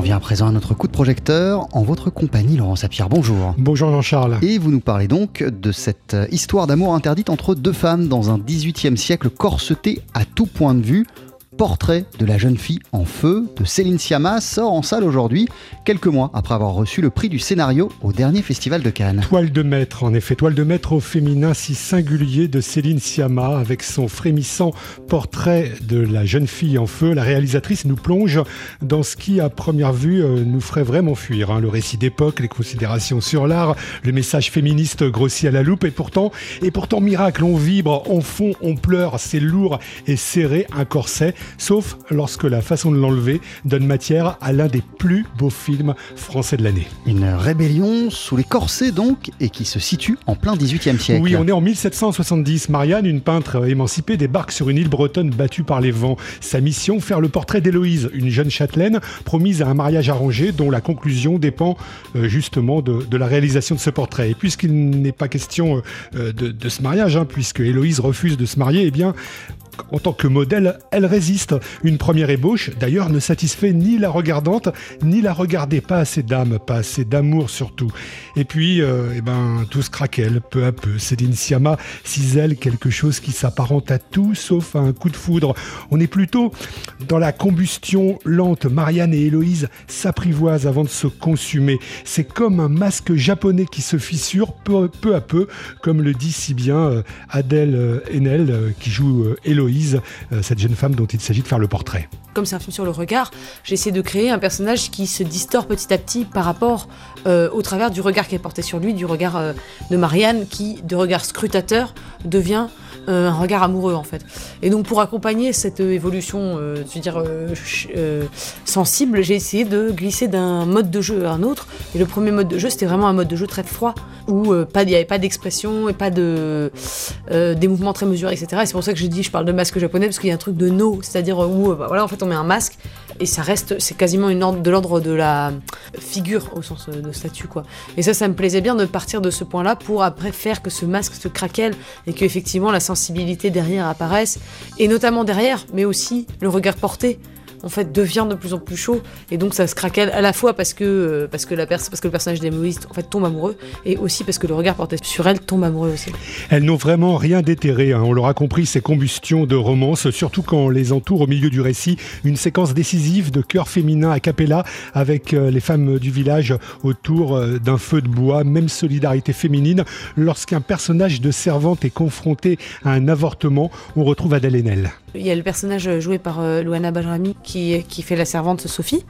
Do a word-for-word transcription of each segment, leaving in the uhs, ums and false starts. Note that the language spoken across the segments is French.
revient à présent à notre coup de projecteur en votre compagnie, Laurent Sapir. Bonjour. Bonjour Jean-Charles. Et vous nous parlez donc de cette histoire d'amour interdite entre deux femmes dans un dix-huitième siècle corseté à tout point de vue. Portrait de la jeune fille en feu de Céline Sciamma sort en salle aujourd'hui, quelques mois après avoir reçu le prix du scénario au dernier festival de Cannes. Toile de maître, en effet, toile de maître au féminin si singulier de Céline Sciamma, avec son frémissant portrait de la jeune fille en feu. La réalisatrice nous plonge dans ce qui, à première vue, nous ferait vraiment fuir. Hein. Le récit d'époque, les considérations sur l'art, le message féministe grossi à la loupe. Et pourtant, et pourtant, miracle, on vibre, on fond, on pleure, c'est lourd et serré, un corset. Sauf lorsque la façon de l'enlever donne matière à l'un des plus beaux films français de l'année. Une rébellion sous les corsets donc, et qui se situe en plein dix-huitième siècle. Oui, on est en mille sept cent soixante-dix. Marianne, une peintre émancipée, débarque sur une île bretonne battue par les vents. Sa mission, faire le portrait d'Héloïse, une jeune châtelaine promise à un mariage arrangé dont la conclusion dépend euh, justement de, de la réalisation de ce portrait. Et puisqu'il n'est pas question euh, de, de ce mariage, hein, puisque Héloïse refuse de se marier, eh bien, en tant que modèle, elle résiste. Une première ébauche, d'ailleurs, ne satisfait ni la regardante, ni la regardée. Pas assez d'âme, pas assez d'amour surtout. Et puis, euh, eh ben, tout se craquelle, peu à peu. Céline Sciamma cisèle quelque chose qui s'apparente à tout, sauf à un coup de foudre. On est plutôt dans la combustion lente. Marianne et Héloïse s'apprivoisent avant de se consumer. C'est comme un masque japonais qui se fissure peu, peu à peu, comme le dit si bien euh, Adèle Haenel, euh, qui joue euh, Héloïse. Cette jeune femme dont il s'agit de faire le portrait. Comme c'est un film sur le regard, j'ai essayé de créer un personnage qui se distord petit à petit par rapport euh, au travers du regard qui est porté sur lui, du regard euh, de Marianne qui, de regard scrutateur, devient euh, un regard amoureux en fait. Et donc pour accompagner cette euh, évolution, euh, je veux dire euh, euh, sensible, j'ai essayé de glisser d'un mode de jeu à un autre. Et le premier mode de jeu, c'était vraiment un mode de jeu très froid où euh, pas, il n'y avait pas d'expression et pas de euh, des mouvements très mesurés, et cetera. Et c'est pour ça que j'ai dit, je parle de masque japonais parce qu'il y a un truc de no, c'est-à-dire où euh, bah, voilà, en fait on met un masque et ça reste, c'est quasiment une ordre, de l'ordre de la figure au sens de statue quoi. Et ça, ça me plaisait bien de partir de ce point-là pour après faire que ce masque se craquelle et que effectivement la sensibilité derrière apparaisse, et notamment derrière, mais aussi le regard porté en fait devient de plus en plus chaud, et donc ça se craquelle à la fois parce que euh, parce que la pers- parce que le personnage d'Héloïse en fait tombe amoureux, et aussi parce que le regard porté sur elle tombe amoureux aussi. Elles n'ont vraiment rien d'éthéré, hein. On l'aura compris, ces combustions de romance, surtout quand les entoure au milieu du récit une séquence décisive de chœur féminin a cappella avec euh, les femmes du village autour euh, d'un feu de bois. Même solidarité féminine lorsqu'un personnage de servante est confronté à un avortement. On retrouve Adèle Haenel. Il y a le personnage joué par euh, Louana Bajrami qui, qui fait la servante Sophie.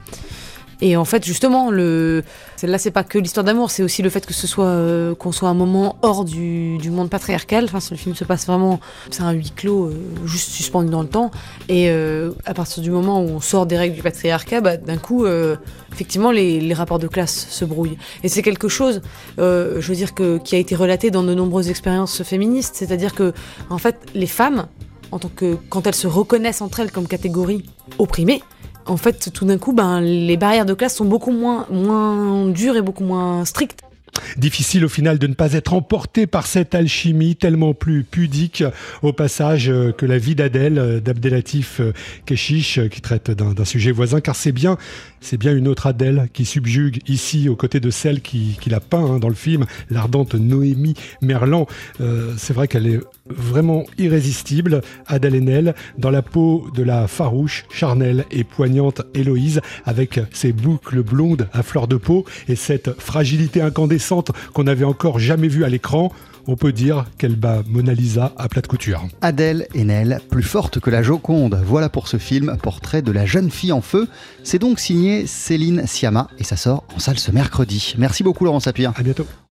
Et en fait, justement, le... celle-là, c'est pas que l'histoire d'amour, c'est aussi le fait que ce soit euh, qu'on soit un moment hors du, du monde patriarcal. Enfin, le film se passe vraiment, c'est un huis clos euh, juste suspendu dans le temps. Et euh, à partir du moment où on sort des règles du patriarcat, bah, d'un coup, euh, effectivement, les, les rapports de classe se brouillent. Et c'est quelque chose, euh, je veux dire, que, qui a été relaté dans de nombreuses expériences féministes. C'est-à-dire que, en fait, les femmes, en tant que, quand elles se reconnaissent entre elles comme catégorie opprimée, en fait, tout d'un coup, ben, les barrières de classe sont beaucoup moins, moins dures et beaucoup moins strictes. Difficile au final de ne pas être emporté par cette alchimie tellement plus pudique au passage que la vie d'Adèle, d'Abdelatif Kechiche, qui traite d'un, d'un sujet voisin, car c'est bien, c'est bien une autre Adèle qui subjugue ici aux côtés de celle qui, qui l'a peint hein, dans le film, l'ardente Noémie Merlan. Euh, c'est vrai qu'elle est vraiment irrésistible, Adèle Haenel, dans la peau de la farouche, charnelle et poignante Héloïse, avec ses boucles blondes à fleur de peau et cette fragilité incandescente qu'on n'avait encore jamais vue à l'écran. On peut dire qu'elle bat Mona Lisa à plat de couture. Adèle Haenel, plus forte que la Joconde. Voilà pour ce film, Portrait de la jeune fille en feu. C'est donc signé Céline Sciamma et ça sort en salle ce mercredi. Merci beaucoup Laurent Sapir. À bientôt.